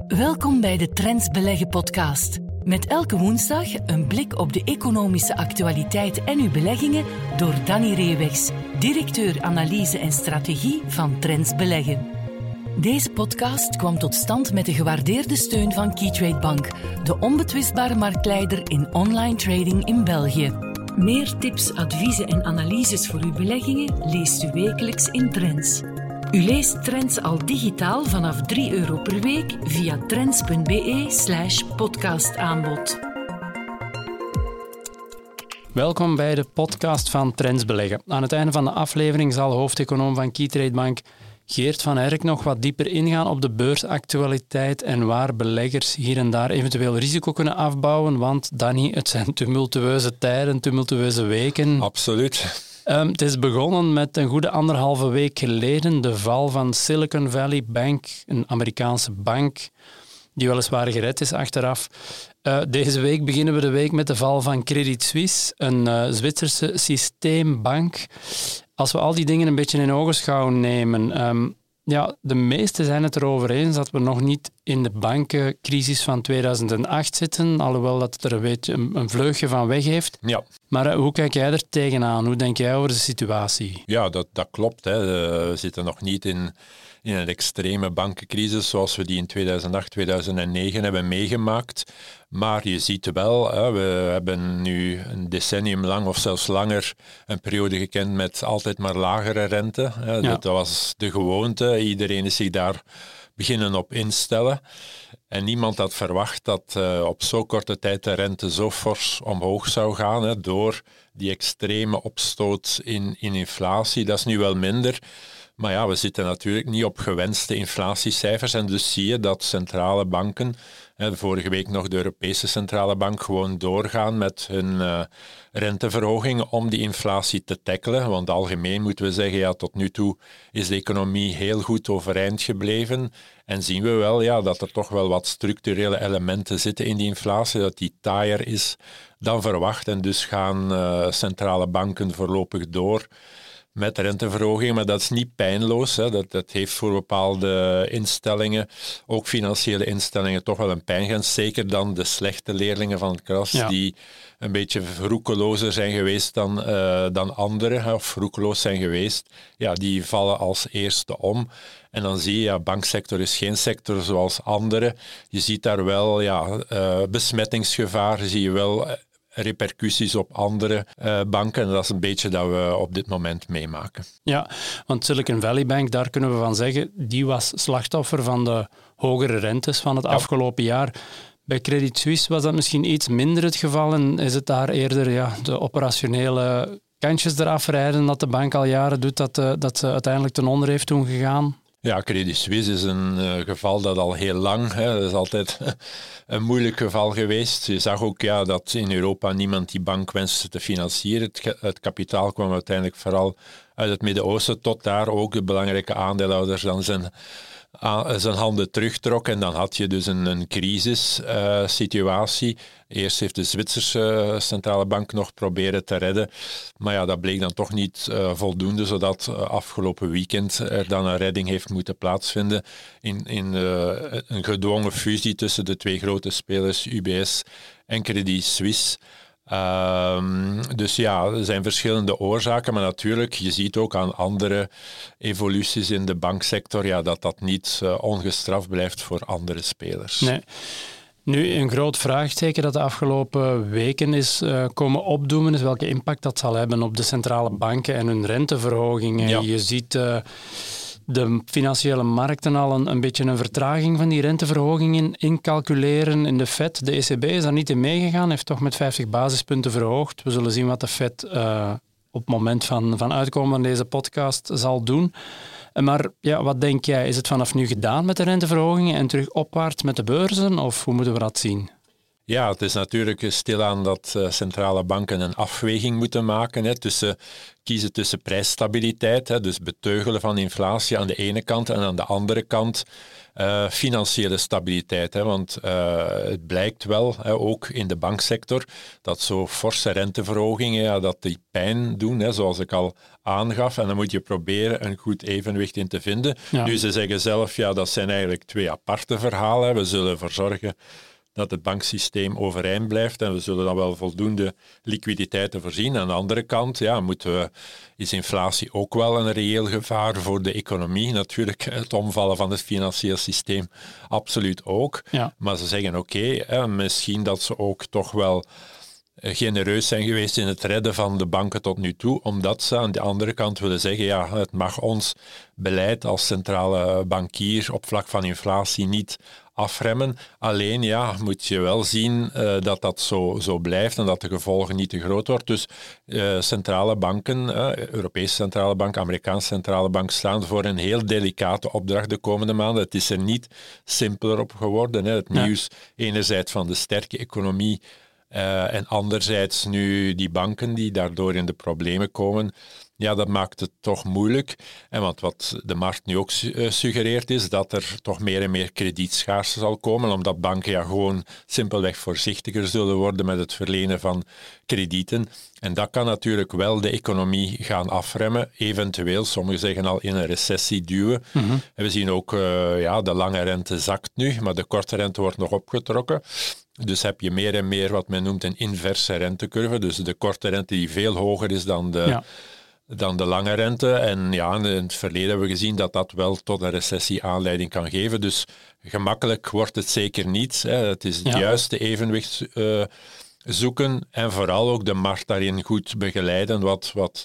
Welkom bij de Trends Beleggen podcast. Met elke woensdag een blik op de economische actualiteit en uw beleggingen door Danny Reewegs, directeur analyse en strategie van Trends Beleggen. Deze podcast kwam tot stand met de gewaardeerde steun van Keytrade Bank, de onbetwistbare marktleider in online trading in België. Meer tips, adviezen en analyses voor uw beleggingen leest u wekelijks in Trends. U leest Trends al digitaal vanaf €3 per week via trends.be/podcastaanbod. Welkom bij de podcast van Trends Beleggen. Aan het einde van de aflevering zal hoofdeconoom van Keytrade Bank Geert van Herk nog wat dieper ingaan op de beursactualiteit en waar beleggers hier en daar eventueel risico kunnen afbouwen. Want Danny, het zijn tumultueuze tijden, tumultueuze weken. Absoluut. Het is begonnen met een goede 1,5 week geleden de val van Silicon Valley Bank, een Amerikaanse bank die weliswaar gered is achteraf. Deze week beginnen we de week met de val van Credit Suisse, een Zwitserse systeembank. Als we al die dingen een beetje in ogenschouw nemen, de meesten zijn het erover eens dat we nog niet in de bankencrisis van 2008 zitten, alhoewel dat het er een beetje een vleugje van weg heeft. Ja. Maar hoe kijk jij er tegenaan? Hoe denk jij over de situatie? Ja, dat klopt. Hè. We zitten nog niet in een extreme bankencrisis zoals we die in 2008, 2009 hebben meegemaakt. Maar je ziet wel, we hebben nu een decennium lang of zelfs langer een periode gekend met altijd maar lagere rente. Ja. Dat was de gewoonte. Iedereen is zich daar beginnen op instellen. En niemand had verwacht dat op zo korte tijd de rente zo fors omhoog zou gaan, door die extreme opstoot in inflatie. Dat is nu wel minder. Maar ja, we zitten natuurlijk niet op gewenste inflatiecijfers en dus zie je dat centrale banken, vorige week nog de Europese Centrale Bank, gewoon doorgaan met hun renteverhoging om die inflatie te tackelen. Want algemeen moeten we zeggen, tot nu toe is de economie heel goed overeind gebleven en zien we wel dat er toch wel wat structurele elementen zitten in die inflatie, dat die taaier is dan verwacht en dus gaan centrale banken voorlopig door met renteverhogingen, maar dat is niet pijnloos. Dat heeft voor bepaalde instellingen, ook financiële instellingen, toch wel een pijngrens. Zeker dan de slechte leerlingen van het klas, die een beetje roekelozer zijn geweest dan anderen, of roekeloos zijn geweest. Ja, die vallen als eerste om. En dan zie je, banksector is geen sector zoals andere. Je ziet daar wel besmettingsgevaar, zie je wel repercussies op andere banken. En dat is een beetje dat we op dit moment meemaken. Ja, want Silicon Valley Bank, daar kunnen we van zeggen, die was slachtoffer van de hogere rentes van het afgelopen jaar. Bij Credit Suisse was dat misschien iets minder het geval en is het daar eerder de operationele kantjes eraf rijden dat de bank al jaren doet, dat ze uiteindelijk ten onder heeft toen gegaan? Ja, Credit Suisse is een geval dat al heel lang, dat is altijd een moeilijk geval geweest. Je zag ook dat in Europa niemand die bank wenste te financieren. Het kapitaal kwam uiteindelijk vooral uit het Midden-Oosten, tot daar ook de belangrijke aandeelhouders dan zijn handen terugtrok en dan had je dus een crisissituatie. Eerst heeft de Zwitserse centrale bank nog proberen te redden, maar dat bleek dan toch niet voldoende, zodat afgelopen weekend er dan een redding heeft moeten plaatsvinden in een gedwongen fusie tussen de twee grote spelers, UBS en Credit Suisse. Dus er zijn verschillende oorzaken, maar natuurlijk, je ziet ook aan andere evoluties in de banksector, dat niet ongestraft blijft voor andere spelers. Nee. Nu, een groot vraagteken dat de afgelopen weken is komen opdoemen, is welke impact dat zal hebben op de centrale banken en hun renteverhogingen. Ja. Je ziet de financiële markten al een beetje een vertraging van die renteverhogingen incalculeren in de Fed. De ECB is daar niet in meegegaan, heeft toch met 50 basispunten verhoogd. We zullen zien wat de Fed op het moment van uitkomen van deze podcast zal doen. Maar wat denk jij? Is het vanaf nu gedaan met de renteverhogingen en terug opwaarts met de beurzen? Of hoe moeten we dat zien? Ja, het is natuurlijk stilaan dat centrale banken een afweging moeten maken, kiezen tussen prijsstabiliteit, dus beteugelen van inflatie aan de ene kant en aan de andere kant financiële stabiliteit. Want het blijkt wel, ook in de banksector, dat zo forse renteverhogingen, dat die pijn doen, zoals ik al aangaf. En dan moet je proberen een goed evenwicht in te vinden. Ja. Nu, ze zeggen zelf, dat zijn eigenlijk twee aparte verhalen. We zullen ervoor zorgen dat het banksysteem overeind blijft en we zullen dan wel voldoende liquiditeiten voorzien. Aan de andere kant is inflatie ook wel een reëel gevaar voor de economie. Natuurlijk, het omvallen van het financieel systeem absoluut ook. Ja. Maar ze zeggen oké, misschien dat ze ook toch wel genereus zijn geweest in het redden van de banken tot nu toe, omdat ze aan de andere kant willen zeggen, het mag ons beleid als centrale bankier op vlak van inflatie niet afremmen. Alleen moet je wel zien dat dat zo blijft en dat de gevolgen niet te groot worden. Dus centrale banken, Europese centrale bank, Amerikaanse centrale bank, staan voor een heel delicate opdracht de komende maanden. Het is er niet simpeler op geworden. Het nieuws enerzijds van de sterke economie en anderzijds nu die banken die daardoor in de problemen komen. Ja, dat maakt het toch moeilijk. Want wat de markt nu ook suggereert is dat er toch meer en meer kredietschaarste zal komen, omdat banken gewoon simpelweg voorzichtiger zullen worden met het verlenen van kredieten. En dat kan natuurlijk wel de economie gaan afremmen, eventueel, sommigen zeggen al, in een recessie duwen. Mm-hmm. En we zien ook, de lange rente zakt nu, maar de korte rente wordt nog opgetrokken. Dus heb je meer en meer wat men noemt een inverse rentecurve, dus de korte rente die veel hoger is dan de lange rente. En in het verleden hebben we gezien dat dat wel tot een recessie aanleiding kan geven. Dus gemakkelijk wordt het zeker niet. Het is het juiste evenwicht zoeken en vooral ook de markt daarin goed begeleiden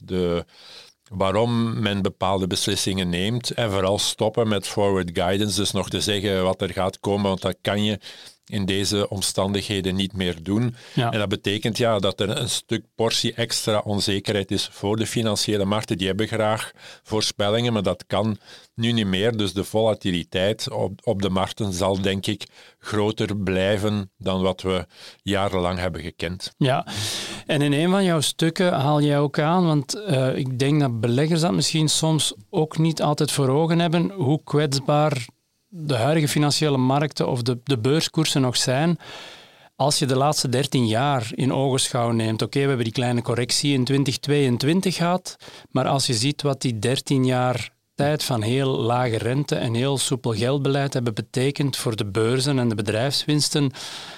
waarom men bepaalde beslissingen neemt en vooral stoppen met forward guidance, dus nog te zeggen wat er gaat komen, want dat kan je in deze omstandigheden niet meer doen. Ja. En dat betekent dat er een stuk portie extra onzekerheid is voor de financiële markten. Die hebben graag voorspellingen, maar dat kan nu niet meer. Dus de volatiliteit op de markten zal, denk ik, groter blijven dan wat we jarenlang hebben gekend. Ja, en in een van jouw stukken haal jij ook aan, want ik denk dat beleggers dat misschien soms ook niet altijd voor ogen hebben, hoe kwetsbaar de huidige financiële markten of de beurskoersen nog zijn. Als je de laatste 13 jaar in ogenschouw neemt, we hebben die kleine correctie in 2022 gehad, maar als je ziet wat die 13 jaar tijd van heel lage rente en heel soepel geldbeleid hebben betekend voor de beurzen en de bedrijfswinsten,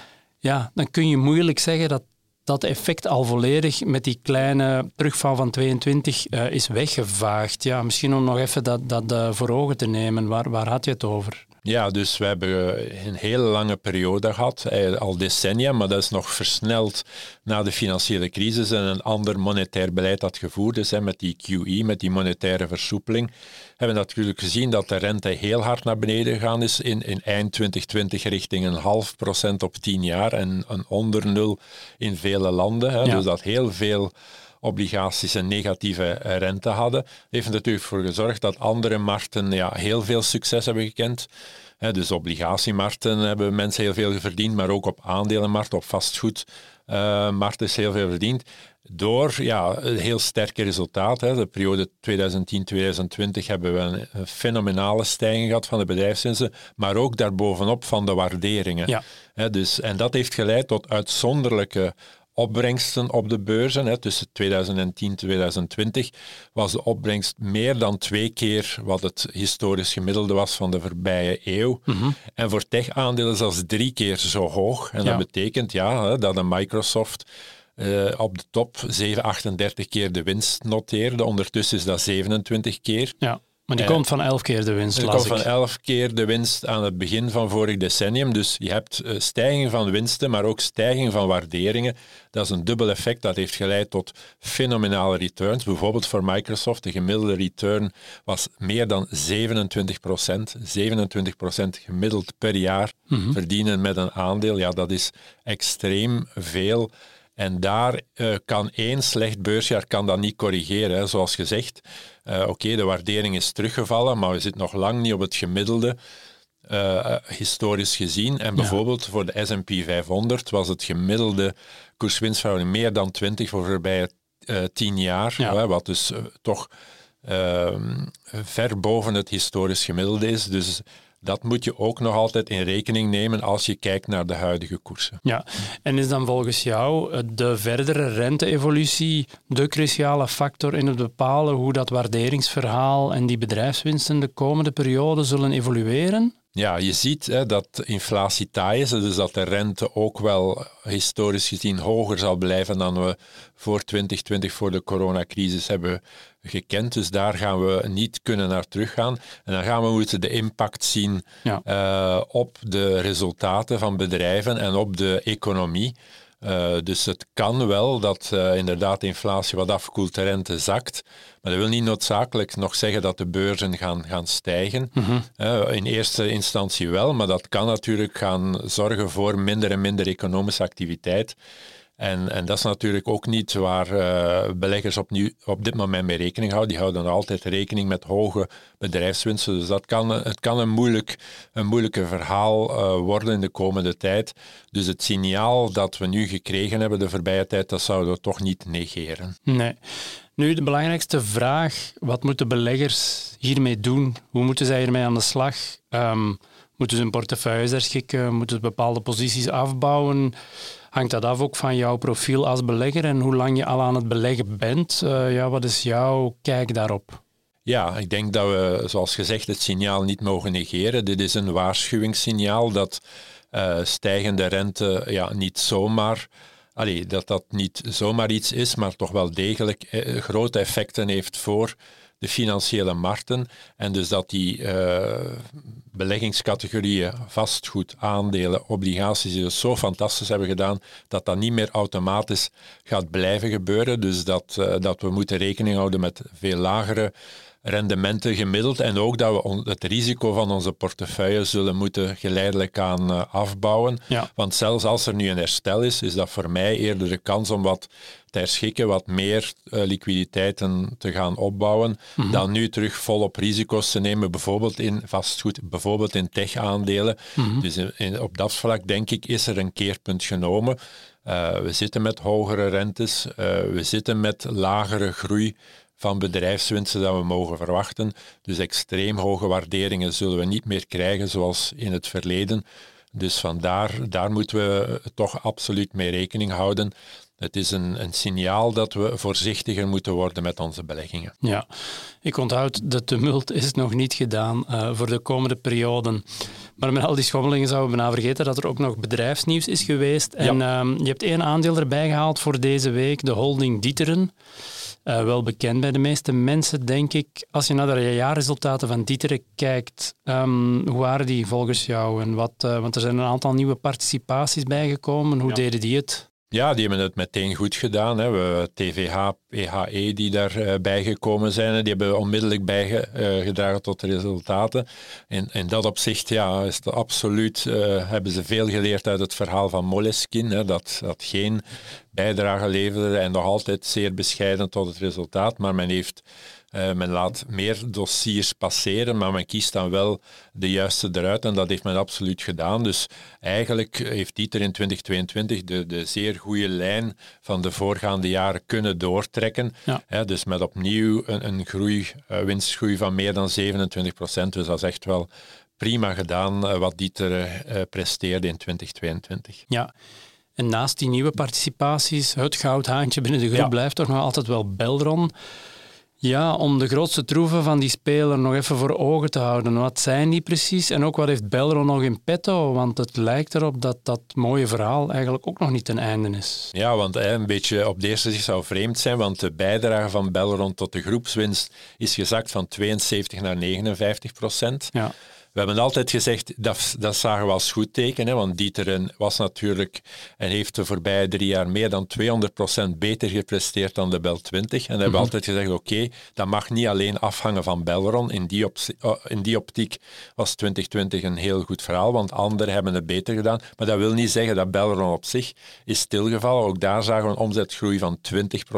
dan kun je moeilijk zeggen dat dat effect al volledig met die kleine terugval van 22 is weggevaagd. Ja, misschien om nog even dat voor ogen te nemen. Waar had je het over? Ja, dus we hebben een hele lange periode gehad, al decennia, maar dat is nog versneld na de financiële crisis en een ander monetair beleid dat gevoerd is, met die QE, met die monetaire versoepeling. Hebben we natuurlijk gezien dat de rente heel hard naar beneden gegaan is in eind 2020 richting 0,5% op 10 jaar en onder 0 in vele landen. Ja. Dus dat heel veel obligaties een negatieve rente hadden. Heeft er natuurlijk voor gezorgd dat andere markten heel veel succes hebben gekend. Dus obligatiemarkten hebben mensen heel veel verdiend, maar ook op aandelenmarkten, op vastgoedmarkten is heel veel verdiend. Door een heel sterke resultaat. De periode 2010-2020 hebben we een fenomenale stijging gehad van de bedrijfswinsten, maar ook daarbovenop van de waarderingen. Ja. En dat heeft geleid tot uitzonderlijke opbrengsten op de beurzen. Tussen 2010 en 2020 was de opbrengst meer dan 2 keer wat het historisch gemiddelde was van de voorbije eeuw. Mm-hmm. En voor tech-aandelen zelfs 3 keer zo hoog. En dat betekent dat een Microsoft op de top 38 keer de winst noteerde. Ondertussen is dat 27 keer. Ja. Maar die komt van 11 keer de winst, Die komt van 11 keer de winst aan het begin van vorig decennium. Dus je hebt stijging van winsten, maar ook stijging van waarderingen. Dat is een dubbel effect. Dat heeft geleid tot fenomenale returns. Bijvoorbeeld voor Microsoft, de gemiddelde return was meer dan 27%. 27% gemiddeld per jaar verdienen met een aandeel. Ja, dat is extreem veel. En daar kan 1 slecht beursjaar kan dat niet corrigeren. Zoals gezegd, de waardering is teruggevallen, maar we zitten nog lang niet op het gemiddelde historisch gezien. En bijvoorbeeld voor de S&P 500 was het gemiddelde koers-winstverhouding meer dan 20 voor de voorbije 10 jaar. Ja. Wat dus toch ver boven het historisch gemiddelde is. Dus dat moet je ook nog altijd in rekening nemen als je kijkt naar de huidige koersen. Ja, en is dan volgens jou de verdere rente-evolutie de cruciale factor in het bepalen hoe dat waarderingsverhaal en die bedrijfswinsten de komende periode zullen evolueren? Ja, je ziet dat inflatie taai is, dus dat de rente ook wel historisch gezien hoger zal blijven dan we voor 2020, voor de coronacrisis hebben gekend. Dus daar gaan we niet kunnen naar teruggaan. En dan gaan we moeten de impact zien op de resultaten van bedrijven en op de economie. Dus het kan wel dat inderdaad de inflatie wat afkoelt, de rente zakt. Maar dat wil niet noodzakelijk nog zeggen dat de beurzen gaan stijgen. In eerste instantie wel, maar dat kan natuurlijk gaan zorgen voor minder en minder economische activiteit. En dat is natuurlijk ook niet waar beleggers op dit moment mee rekening houden. Die houden altijd rekening met hoge bedrijfswinsten. Dus het kan een moeilijke verhaal worden in de komende tijd. Dus het signaal dat we nu gekregen hebben de voorbije tijd, dat zouden we toch niet negeren. Nee. Nu, de belangrijkste vraag, wat moeten beleggers hiermee doen? Hoe moeten zij hiermee aan de slag? Moeten ze hun portefeuilles herschikken? Moeten ze bepaalde posities afbouwen? Hangt dat af ook van jouw profiel als belegger en hoe lang je al aan het beleggen bent? Wat is jouw kijk daarop? Ja, ik denk dat we, zoals gezegd, het signaal niet mogen negeren. Dit is een waarschuwingssignaal dat stijgende rente niet zomaar... dat niet zomaar iets is, maar toch wel degelijk grote effecten heeft voor de financiële markten. En dus dat die beleggingscategorieën, vastgoed, aandelen, obligaties, die dus zo fantastisch hebben gedaan, dat dat niet meer automatisch gaat blijven gebeuren. Dus dat we moeten rekening houden met veel lagere rendementen gemiddeld en ook dat we het risico van onze portefeuille zullen moeten geleidelijk aan afbouwen. Ja. Want zelfs als er nu een herstel is dat voor mij eerder de kans om wat te herschikken, wat meer liquiditeiten te gaan opbouwen, dan nu terug volop risico's te nemen, bijvoorbeeld in vastgoed, bijvoorbeeld in tech-aandelen. Dus op dat vlak, denk ik, is er een keerpunt genomen. We zitten met hogere rentes, we zitten met lagere groei van bedrijfswinsten dat we mogen verwachten. Dus extreem hoge waarderingen zullen we niet meer krijgen zoals in het verleden. Dus daar moeten we toch absoluut mee rekening houden. Het is een signaal dat we voorzichtiger moeten worden met onze beleggingen. Ja, ik onthoud, de tumult is nog niet gedaan voor de komende perioden. Maar met al die schommelingen zouden we bijna vergeten dat er ook nog bedrijfsnieuws is geweest. En je hebt 1 aandeel erbij gehaald voor deze week, de holding D'Ieteren. Wel bekend bij de meeste mensen, denk ik. Als je naar de jaarresultaten van D'Ieteren kijkt, hoe waren die volgens jou? En want er zijn een aantal nieuwe participaties bijgekomen. Hoe deden die het? Ja, die hebben het meteen goed gedaan. We TVH, PHE die daarbij gekomen zijn, die hebben onmiddellijk bijgedragen tot de resultaten. In dat opzicht is het absoluut, hebben ze veel geleerd uit het verhaal van Moleskine, dat geen bijdrage leverde en nog altijd zeer bescheiden tot het resultaat, maar men laat meer dossiers passeren, maar men kiest dan wel de juiste eruit en dat heeft men absoluut gedaan. Dus eigenlijk heeft D'Ieteren in 2022 de zeer goede lijn van de voorgaande jaren kunnen doortrekken. Ja. Dus met opnieuw een winstgroei van meer dan 27%. Dus dat is echt wel prima gedaan wat D'Ieteren presteerde in 2022. Ja. En naast die nieuwe participaties, het goudhaantje binnen de groep blijft toch nog altijd wel Belron. Ja, om de grootste troeven van die speler nog even voor ogen te houden. Wat zijn die precies? En ook wat heeft Belron nog in petto? Want het lijkt erop dat dat mooie verhaal eigenlijk ook nog niet ten einde is. Ja, want een beetje op de eerste zicht zou vreemd zijn, want de bijdrage van Belron tot de groepswinst is gezakt van 72% naar 59%. Ja. We hebben altijd gezegd, dat zagen we als goed teken, want D'Ieteren was natuurlijk en heeft de voorbije 3 jaar meer dan 200% beter gepresteerd dan de Bel 20. En we hebben altijd gezegd, oké, dat mag niet alleen afhangen van Belron. In die optiek was 2020 een heel goed verhaal, want anderen hebben het beter gedaan. Maar dat wil niet zeggen dat Belron op zich is stilgevallen. Ook daar zagen we een omzetgroei van 20%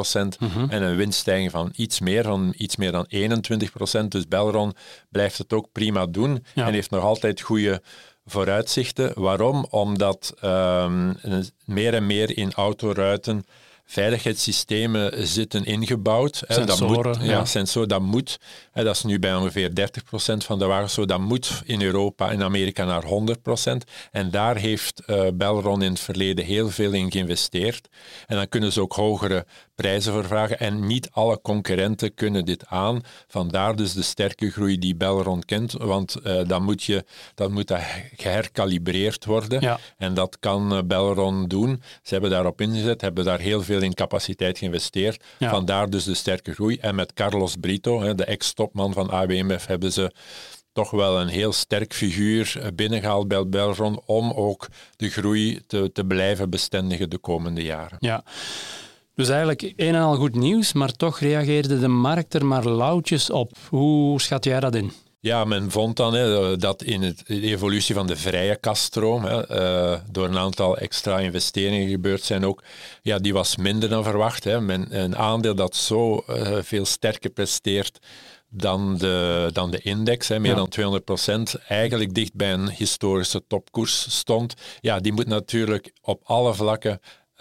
en een winststijging van iets meer dan 21%. Dus Belron blijft het ook prima doen. Ja. en heeft nog altijd goede vooruitzichten. Waarom? Omdat meer en meer in autoruiten veiligheidssystemen zitten ingebouwd. Sensoren. Sensoren, dat moet. Dat is nu bij ongeveer 30% van de wagens zo. Dat moet in Europa en Amerika naar 100%. En daar heeft Belron in het verleden heel veel in geïnvesteerd. En dan kunnen ze ook hogere prijzen voor vragen. En niet alle concurrenten kunnen dit aan. Vandaar dus de sterke groei die Belron kent. Want dan moet geherkalibreerd worden. Ja. En dat kan Belron doen. Ze hebben daarop ingezet, hebben daar heel veel in capaciteit geïnvesteerd. Ja. Vandaar dus de sterke groei. En met Carlos Brito, de ex-topman van AWMF, hebben ze toch wel een heel sterk figuur binnengehaald bij Belron om ook de groei te blijven bestendigen de komende jaren. Ja. Dus eigenlijk een en al goed nieuws, maar toch reageerde de markt er maar lauwtjes op. Hoe schat jij dat in? Ja, men vond dan dat in de evolutie van de vrije kasstroom door een aantal extra investeringen gebeurd zijn ook, ja, die was minder dan verwacht. Een aandeel dat zo veel sterker presteert dan de index, meer dan 200%, eigenlijk dicht bij een historische topkoers stond. Ja, die moet natuurlijk op alle vlakken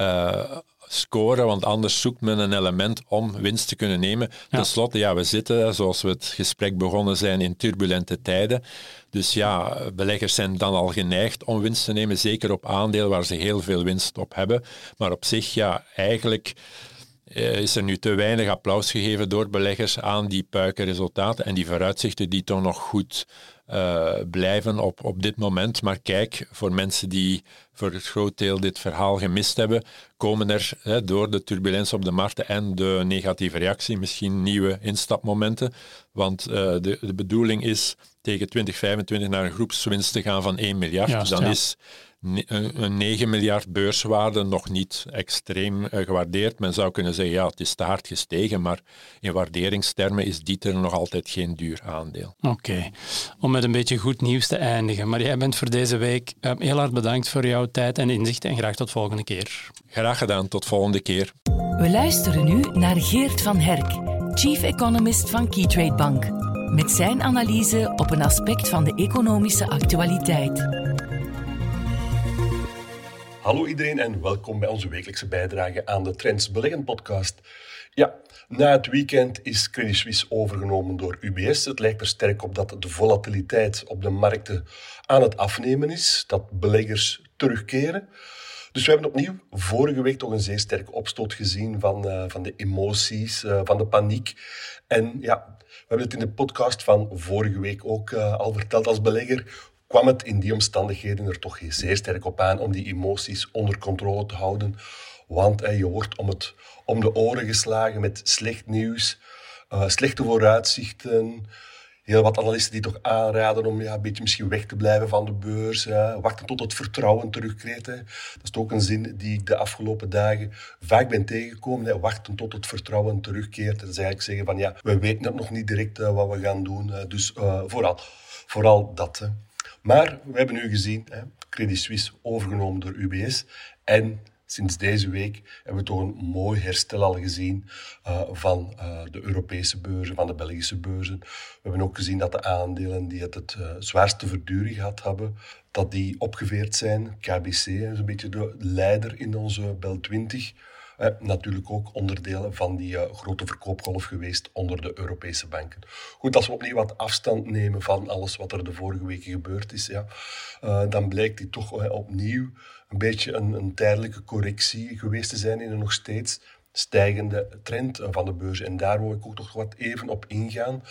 scoren, want anders zoekt men een element om winst te kunnen nemen. Ja. Ten slotte, we zitten, zoals we het gesprek begonnen zijn, in turbulente tijden. Dus ja, beleggers zijn dan al geneigd om winst te nemen, zeker op aandelen waar ze heel veel winst op hebben. Maar op zich, eigenlijk is er nu te weinig applaus gegeven door beleggers aan die puike resultaten en die vooruitzichten die toch nog goed blijven op dit moment. Maar kijk, voor mensen die voor het groot deel dit verhaal gemist hebben, komen er door de turbulentie op de markten en de negatieve reactie misschien nieuwe instapmomenten. Want de bedoeling is tegen 2025 naar een groepswinst te gaan van 1 miljard. Dus dan is een 9 miljard beurswaarde nog niet extreem gewaardeerd. Men zou kunnen zeggen, het is te hard gestegen, maar in waarderingstermen is Dieter nog altijd geen duur aandeel. Oké. Om met een beetje goed nieuws te eindigen. Maar jij bent voor deze week heel hard bedankt voor jouw tijd en inzicht en graag tot volgende keer. Graag gedaan, tot volgende keer. We luisteren nu naar Geert van Herk, Chief Economist van Keytrade Bank, met zijn analyse op een aspect van de economische actualiteit. Hallo iedereen en welkom bij onze wekelijkse bijdrage aan de Trends Beleggen podcast. Ja, na het weekend is Credit Suisse overgenomen door UBS. Het lijkt er sterk op dat de volatiliteit op de markten aan het afnemen is, dat beleggers terugkeren. Dus we hebben opnieuw vorige week toch een zeer sterke opstoot gezien van de emoties, van de paniek. En ja, we hebben het in de podcast van vorige week ook al verteld als belegger, kwam het in die omstandigheden er toch zeer sterk op aan om die emoties onder controle te houden. Want je wordt om de oren geslagen met slecht nieuws, slechte vooruitzichten. Heel wat analisten die toch aanraden om een beetje misschien weg te blijven van de beurs. Wachten tot het vertrouwen terugkeert. Dat is ook een zin die ik de afgelopen dagen vaak ben tegengekomen. Wachten tot het vertrouwen terugkeert. Dat is eigenlijk zeggen van we weten het nog niet direct wat we gaan doen. Dus vooral dat. Maar we hebben nu gezien, Credit Suisse overgenomen door UBS. En sinds deze week hebben we toch een mooi herstel al gezien van de Europese beurzen, van de Belgische beurzen. We hebben ook gezien dat de aandelen die het zwaarste verduring gehad hebben, dat die opgeveerd zijn. KBC is een beetje de leider in onze Bel 20. Natuurlijk ook onderdelen van die grote verkoopgolf geweest onder de Europese banken. Goed, als we opnieuw wat afstand nemen van alles wat er de vorige weken gebeurd is, dan blijkt die toch opnieuw een beetje een tijdelijke correctie geweest te zijn in een nog steeds stijgende trend van de beurs. En daar wil ik ook nog wat even op ingaan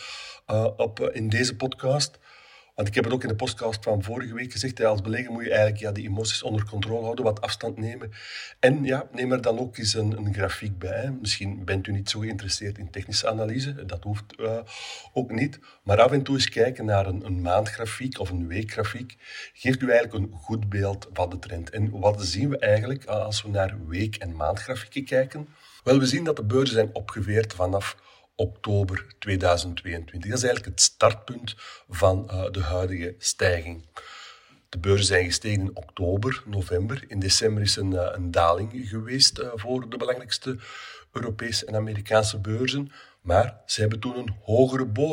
in deze podcast. Want ik heb het ook in de podcast van vorige week gezegd, als belegger moet je eigenlijk die emoties onder controle houden, wat afstand nemen. En neem er dan ook eens een grafiek bij. Misschien bent u niet zo geïnteresseerd in technische analyse, dat hoeft ook niet. Maar af en toe eens kijken naar een maandgrafiek of een weekgrafiek, geeft u eigenlijk een goed beeld van de trend. En wat zien we eigenlijk als we naar week- en maandgrafieken kijken? Wel, we zien dat de beurzen zijn opgeveerd vanaf oktober 2022. Dat is eigenlijk het startpunt van de huidige stijging. De beurzen zijn gestegen in oktober, november. In december is een daling geweest voor de belangrijkste Europese en Amerikaanse beurzen. Maar ze hebben toen een hogere bodem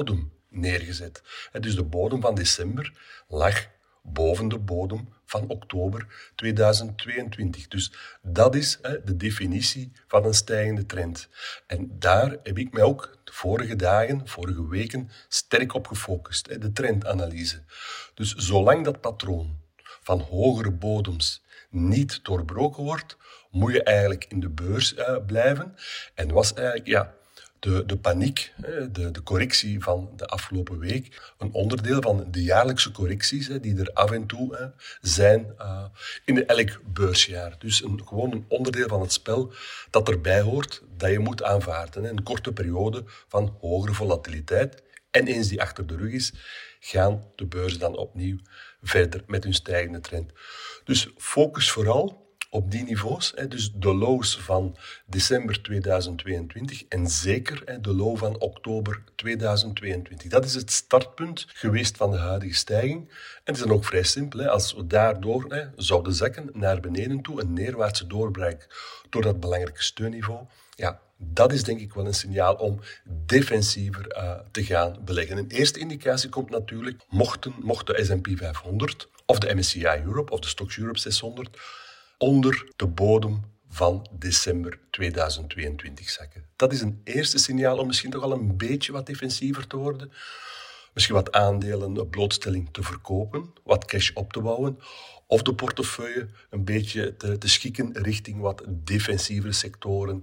neergezet. Dus de bodem van december lag boven de bodem van oktober 2022. Dus dat is de definitie van een stijgende trend. En daar heb ik mij ook de vorige weken sterk op gefocust, de trendanalyse. Dus zolang dat patroon van hogere bodems niet doorbroken wordt, moet je eigenlijk in de beurs blijven. En was eigenlijk de paniek, de correctie van de afgelopen week, een onderdeel van de jaarlijkse correcties die er af en toe zijn in elk beursjaar. Dus gewoon een onderdeel van het spel dat erbij hoort, dat je moet aanvaarden. Een korte periode van hogere volatiliteit. En eens die achter de rug is, gaan de beurzen dan opnieuw verder met hun stijgende trend. Dus focus vooral op die niveaus, dus de lows van december 2022 en zeker de low van oktober 2022. Dat is het startpunt geweest van de huidige stijging. En het is dan ook vrij simpel. Als we daardoor zouden zakken naar beneden toe, een neerwaartse doorbraak door dat belangrijke steunniveau, dat is denk ik wel een signaal om defensiever te gaan beleggen. Een eerste indicatie komt natuurlijk, mocht de S&P 500 of de MSCI Europe of de Stoxx Europe 600 onder de bodem van december 2022 zakken. Dat is een eerste signaal om misschien toch al een beetje wat defensiever te worden. Misschien wat aandelen op blootstelling te verkopen, wat cash op te bouwen, of de portefeuille een beetje te schikken richting wat defensievere sectoren,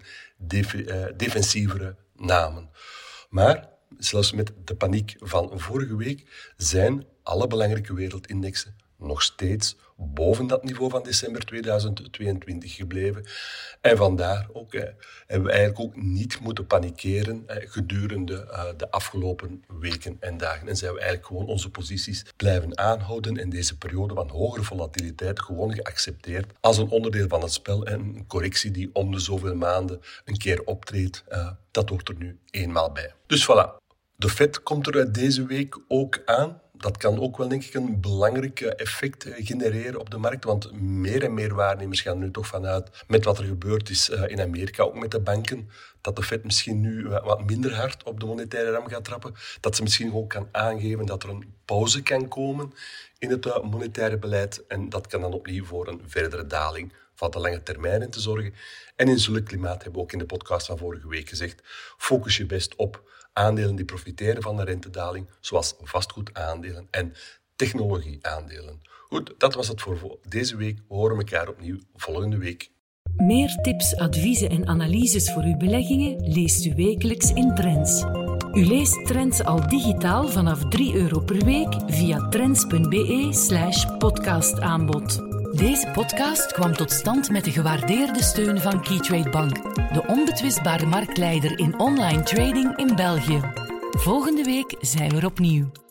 defensievere namen. Maar zelfs met de paniek van vorige week zijn alle belangrijke wereldindexen nog steeds boven dat niveau van december 2022 gebleven. En vandaar ook, hebben we eigenlijk ook niet moeten panikeren gedurende de afgelopen weken en dagen. En zijn we eigenlijk gewoon onze posities blijven aanhouden en deze periode van hogere volatiliteit gewoon geaccepteerd als een onderdeel van het spel en een correctie die om de zoveel maanden een keer optreedt. Dat hoort er nu eenmaal bij. Dus voilà. De Fed komt er deze week ook aan. Dat kan ook wel, denk ik, een belangrijk effect genereren op de markt, want meer en meer waarnemers gaan er nu toch vanuit, met wat er gebeurd is in Amerika, ook met de banken, dat de Fed misschien nu wat minder hard op de monetaire ram gaat trappen, dat ze misschien ook kan aangeven dat er een pauze kan komen in het monetaire beleid en dat kan dan opnieuw voor een verdere daling van de lange termijn te zorgen. En in zulk klimaat hebben we ook in de podcast van vorige week gezegd, focus je best op aandelen die profiteren van de rentedaling, zoals vastgoedaandelen en technologieaandelen. Goed, dat was het voor deze week. We horen elkaar opnieuw volgende week. Meer tips, adviezen en analyses voor uw beleggingen leest u wekelijks in Trends. U leest Trends al digitaal vanaf €3 per week via trends.be/podcastaanbod. Deze podcast kwam tot stand met de gewaardeerde steun van Keytrade Bank, de onbetwistbare marktleider in online trading in België. Volgende week zijn we er opnieuw.